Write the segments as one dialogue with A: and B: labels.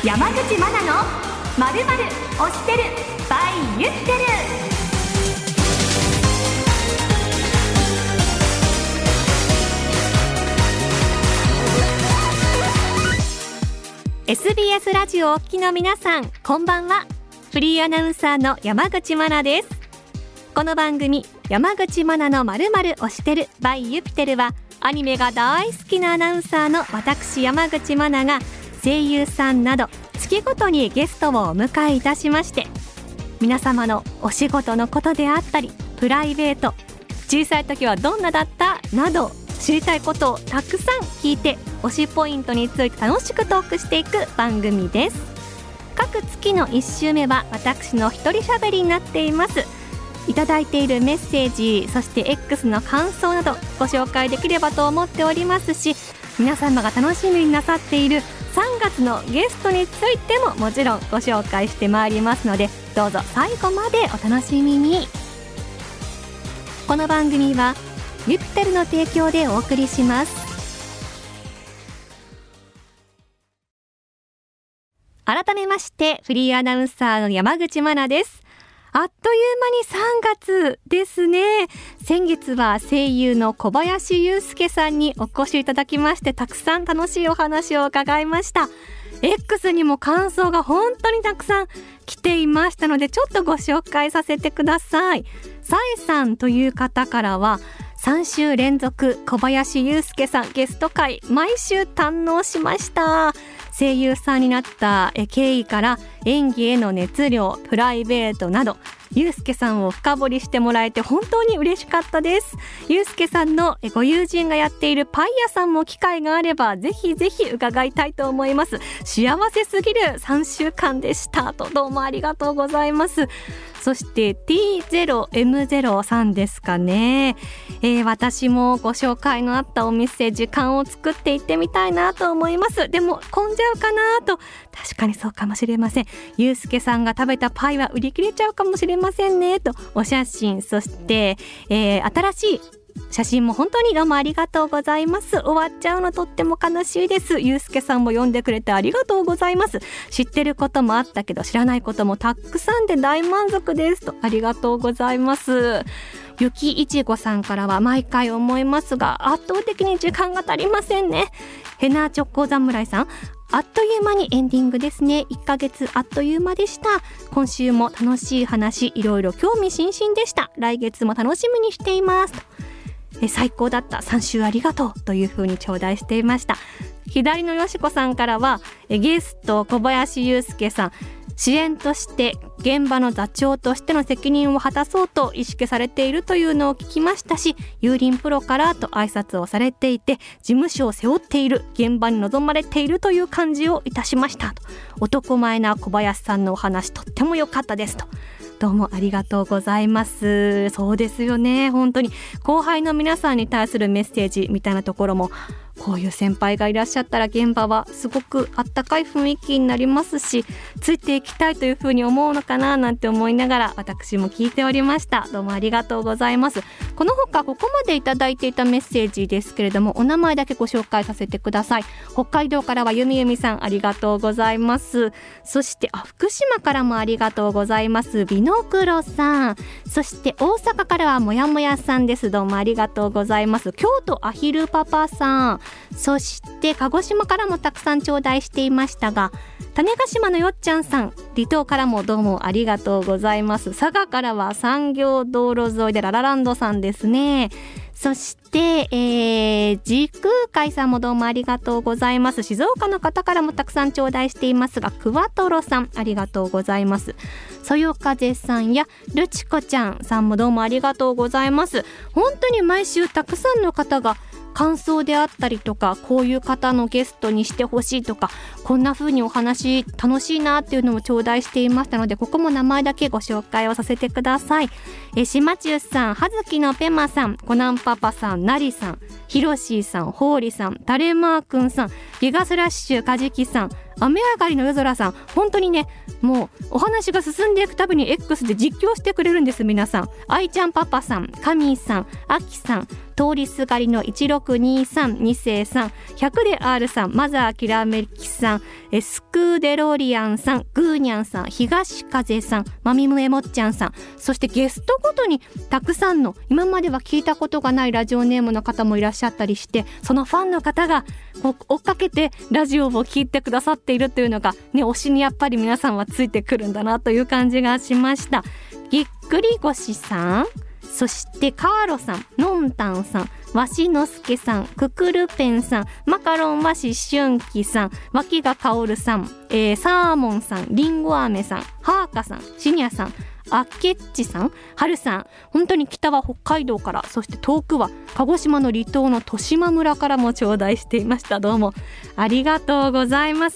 A: 山口真奈の〇〇推してる by 言ってる。SBS ラジオをお聞きの皆さん、こんばんは。フリーアナウンサーの山口真奈です。この番組山口真奈の〇〇推してる by ユピテルは、アニメが大好きなアナウンサーの私山口真奈が声優さんなど月ごとにゲストをお迎えいたしまして、皆様のお仕事のことであったり、プライベート、小さい時はどんなだったなど知りたいことをたくさん聞いて、推しポイントについて楽しくトークしていく番組です。各月の1週目は私の一人喋りになっています。いただいているメッセージ、そして X の感想などご紹介できればと思っておりますし、皆様が楽しみになさっている3月のゲストについてももちろんご紹介してまいりますので、どうぞ最後までお楽しみに。この番組はユピテルの提供でお送りします。改めましてフリーアナウンサーの山口真奈です。あっという間に3月ですね。先月は声優の小林祐介さんにお越しいただきまして、たくさん楽しいお話を伺いました。 X にも感想が本当にたくさん来ていましたので、ちょっとご紹介させてください。さえさんという方からは、3週連続小林祐介さんゲスト会毎週堪能しました。声優さんになった経緯から演技への熱量、プライベートなど祐介さんを深掘りしてもらえて本当に嬉しかったです。祐介さんのご友人がやっているパン屋さんも機会があればぜひぜひ伺いたいと思います。幸せすぎる3週間でしたと、どうもありがとうございます。そして T0M0 さんですかね、私もご紹介のあったお店時間を作って行ってみたいなと思います。でも混んじゃうかなと。確かにそうかもしれません。祐介さんが食べたパイは売り切れちゃうかもしれませんねとお写真、そして、新しい写真も本当にどうもありがとうございます。終わっちゃうのとっても悲しいです。祐介さんも読んでくれてありがとうございます。知ってることもあったけど知らないこともたくさんで大満足ですと、ありがとうございます。ゆきいちごさんからは、毎回思いますが圧倒的に時間が足りませんね。ヘナチョコ侍さん、あっという間にエンディングですね。1ヶ月あっという間でした。今週も楽しい話、いろいろ興味津々でした。来月も楽しみにしていますと。最高だった、3週ありがとうというふうに頂戴していました。左のよしこさんからは、ゲスト小林祐介さん、支援として現場の座長としての責任を果たそうと意識されているというのを聞きましたし、郵輪プロからと挨拶をされていて、事務所を背負っている、現場に臨まれているという感じをいたしましたと。男前な小林さんのお話とっても良かったですと。どうもありがとうございます。そうですよね。本当に後輩の皆さんに対するメッセージみたいなところも、こういう先輩がいらっしゃったら現場はすごくあったかい雰囲気になりますし、ついていきたいというふうに思うのかななんて思いながら私も聞いておりました。どうもありがとうございます。この他ここまでいただいていたメッセージですけれども、お名前だけご紹介させてください。北海道からはゆみゆみさん、ありがとうございます。そして福島からもありがとうございます。ビノクロさん、そして大阪からはもやもやさんです。どうもありがとうございます。京都アヒルパパさん、そして鹿児島からもたくさん頂戴していましたが、種子島のよっちゃんさん、離島からもどうもありがとうございます。佐賀からは産業道路沿いでララランドさんですね。そして、時空海さんもどうもありがとうございます。静岡の方からもたくさん頂戴していますが、クワトロさん、ありがとうございます。そよ風さんやルチコちゃんさんもどうもありがとうございます。本当に毎週たくさんの方が感想であったりとか、こういう方のゲストにしてほしいとか、こんな風にお話楽しいなっていうのを頂戴していましたので、ここも名前だけご紹介をさせてください。しまちゅうさん、はずきのペマさん、コナンパパさん、なりさん、ひろしーさん、ほうりさん、タレマーくんさん、ギガスラッシュかじきさん、 雨上がりの夜空さん、本当にねもうお話が進んでいくたびに X で実況してくれるんです。皆さん、愛ちゃんパパさん、カミーさん、アキさん、通りすがりの1623、二世さん、100で R さん、マザーきらめきさん、スクーデロリアンさん、グーニャンさん、東風さん、マミムエモッちゃんさん、そしてゲストごとにたくさんの今までは聞いたことがないラジオネームの方もいらっしゃったりして、そのファンの方が追っかけてラジオを聞いてくださっているというのがね、推しにやっぱり皆さんはついてくるんだなという感じがしました。ぎっくり腰さん、そしてカーロさん、のんたんさん、わしのすけさん、ククルペンさん、マカロンわししゅんきさん、脇がかおるさん、サーモンさん、リンゴ飴さん、ハーカさん、シニアさん、あっけっちさん、はるさん、本当に北は北海道から、そして遠くは鹿児島の離島の十島村からも頂戴していました。どうもありがとうございます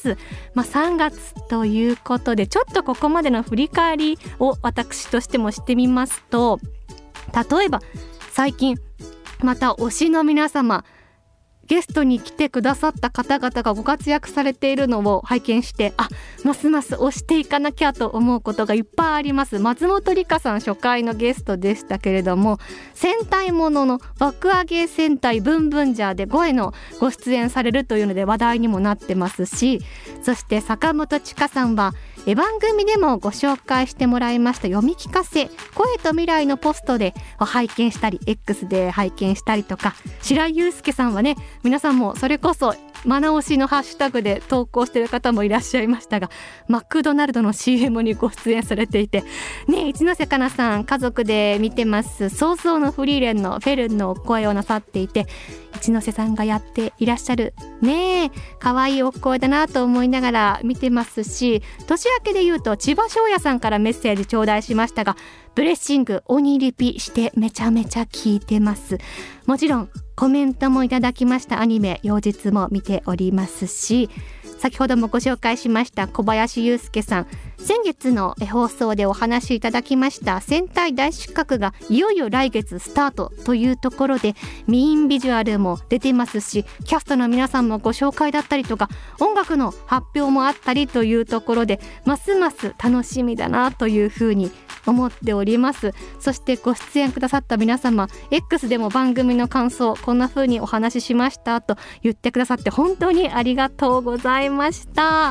A: 。3月ということで、ちょっとここまでの振り返りを私としてもしてみますと、例えば最近また推しの皆様、ゲストに来てくださった方々がご活躍されているのを拝見して、ますます推していかなきゃと思うことがいっぱいあります。松本里香さん初回のゲストでしたけれども、戦隊ものの爆上げ戦隊ブンブンジャーで声のご出演されるというので話題にもなってますし、そして坂本千佳さんは番組でもご紹介してもらいました読み聞かせ声と未来のポストで拝見したり X で拝見したりとか、白井祐介さんはね、皆さんもそれこそマナ推しのハッシュタグで投稿している方もいらっしゃいましたが、マクドナルドの CM にご出演されていてね、一ノ瀬かなさん家族で見てます。早々のフリーレンのフェルンのお声をなさっていて、一ノ瀬さんがやっていらっしゃるね、可愛いお声だなと思いながら見てますし、年明けで言うと千葉翔也さんからメッセージ頂戴しましたが、ブレッシング鬼リピしてめちゃめちゃ聞いてます。もちろんコメントもいただきました。アニメ妖術も見ておりますし、先ほどもご紹介しました小林祐介さん、先月の放送でお話しいただきました戦隊大失格がいよいよ来月スタートというところで、メインビジュアルも出てますし、キャストの皆さんもご紹介だったりとか、音楽の発表もあったりというところで、ますます楽しみだなというふうに思っております。そしてご出演くださった皆様、 X でも番組の感想こんな風にお話ししましたと言ってくださって本当にありがとうございました。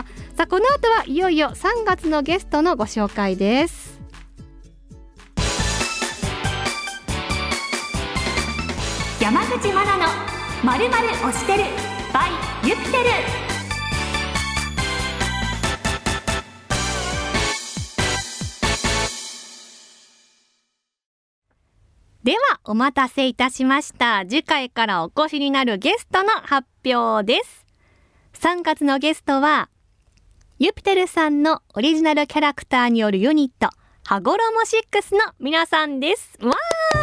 A: さあ、この後はいよいよ3月のゲストのご紹介です。山口真奈の〇〇推してる by ユピテル。ではお待たせいたしました。次回からお越しになるゲストの発表です。3月のゲストはユピテルさんのオリジナルキャラクターによるユニット羽衣6の皆さんです。わ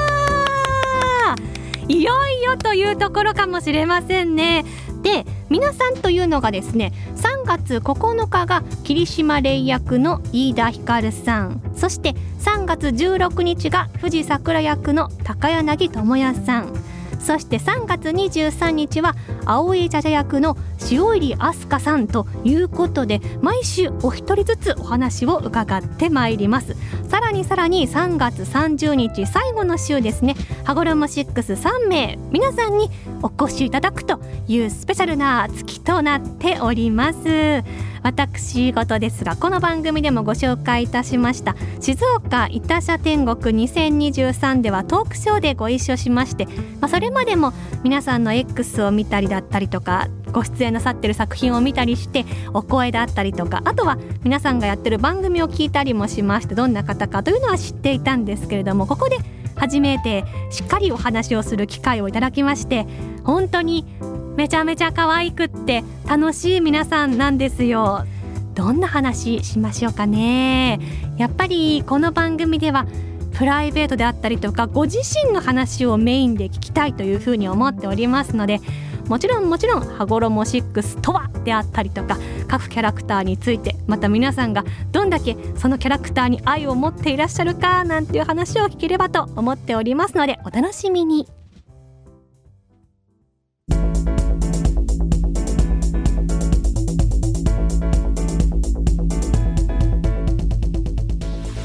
A: ー、いよいよというところかもしれませんね。で、皆さんというのがですね、3月9日が桐島レイ役の飯田ひかるさん、そして3月16日が藤桜役の高柳智也さん、そして3月23日は青い茶々役の塩入飛鳥さんということで、毎週お一人ずつお話を伺ってまいります。さらに3月30日最後の週ですね、羽衣63名皆さんにお越しいただくというスペシャルな月となっております。私事ですが、この番組でもご紹介いたしました静岡イタ社天国2023ではトークショーでご一緒しまして、それまでも皆さんの X を見たりだったりとか、ご出演なさっている作品を見たりしてお声だったりとか、あとは皆さんがやってる番組を聞いたりもしまして、どんな方かというのは知っていたんですけれども、ここで初めてしっかりお話をする機会をいただきまして、本当にめちゃめちゃ可愛くって楽しい皆さんなんですよ。どんな話しましょうかね。やっぱりこの番組ではプライベートであったりとか、ご自身の話をメインで聞きたいというふうに思っておりますので、もちろん羽衣6とはであったりとか、各キャラクターについて、また皆さんがどんだけそのキャラクターに愛を持っていらっしゃるかなんていう話を聞ければと思っておりますので、お楽しみに。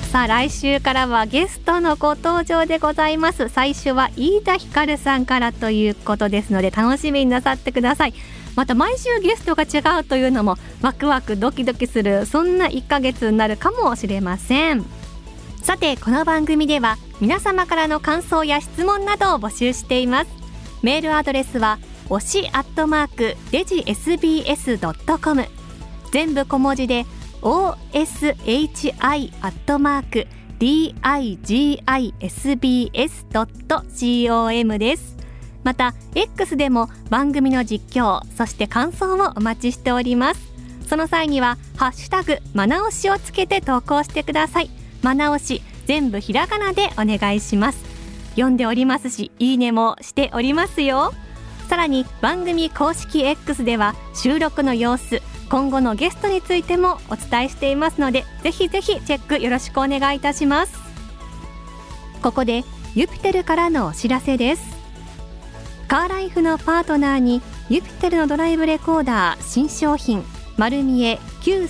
A: さあ来週からはゲストのご登場でございます。最初は飯田ひかるさんからということですので楽しみになさってください。また毎週ゲストが違うというのもワクワクドキドキする、そんな1ヶ月になるかもしれません。さてこの番組では皆様からの感想や質問などを募集しています。メールアドレスはoshi@degisbs.com、 全部小文字で oshi@digisbs.com です。また X でも番組の実況、そして感想をお待ちしております。その際にはハッシュタグまなおしをつけて投稿してください。まなおし全部ひらがなでお願いします。読んでおりますし、いいねもしておりますよ。さらに番組公式 X では収録の様子、今後のゲストについてもお伝えしていますので、ぜひぜひチェックよろしくお願いいたします。ここでユピテルからのお知らせです。カーライフのパートナーにユピテルのドライブレコーダー新商品丸見え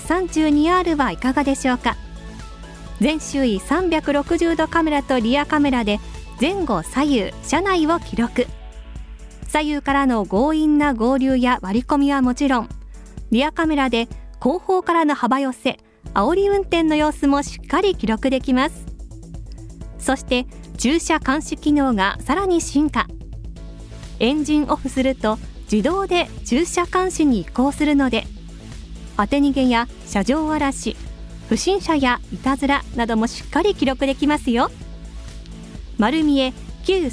A: Q32R はいかがでしょうか。全周囲360度カメラとリアカメラで前後左右車内を記録。左右からの強引な合流や割り込みはもちろん、リアカメラで後方からの幅寄せ、煽り運転の様子もしっかり記録できます。そして駐車監視機能がさらに進化。エンジンオフすると自動で駐車監視に移行するので、当て逃げや車上荒らし、不審者やいたずらなどもしっかり記録できますよ。丸見え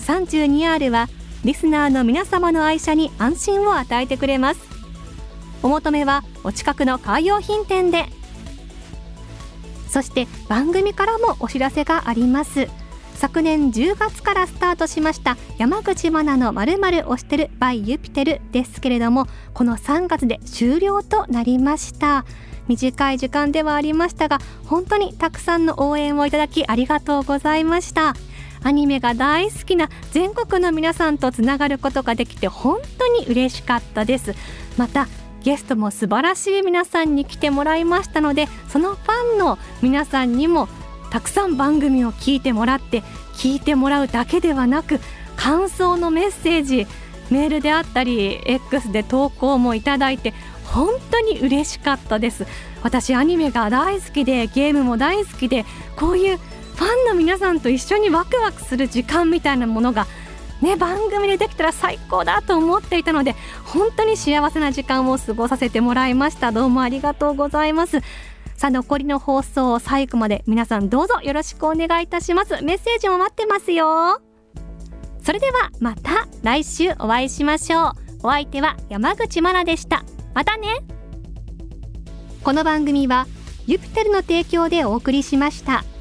A: Q32R はリスナーの皆様の愛車に安心を与えてくれます。お求めはお近くのカー用品店で。そして番組からもお知らせがあります。昨年10月からスタートしました山口真奈の〇〇推してる by ユピテルですけれども、この3月で終了となりました。短い時間ではありましたが、本当にたくさんの応援をいただきありがとうございました。アニメが大好きな全国の皆さんとつながることができて本当に嬉しかったです。またゲストも素晴らしい皆さんに来てもらいましたので、そのファンの皆さんにもたくさん番組を聞いてもらって、聞いてもらうだけではなく感想のメッセージ、メールであったり X で投稿もいただいて本当に嬉しかったです。私アニメが大好きでゲームも大好きで、こういうファンの皆さんと一緒にワクワクする時間みたいなものがね、番組でできたら最高だと思っていたので、本当に幸せな時間を過ごさせてもらいました。どうもありがとうございます。さあ残りの放送を最後まで皆さんどうぞよろしくお願いいたします。メッセージも待ってますよ。それではまた来週お会いしましょう。お相手は山口真奈でした。またね。この番組はユピテルの提供でお送りしました。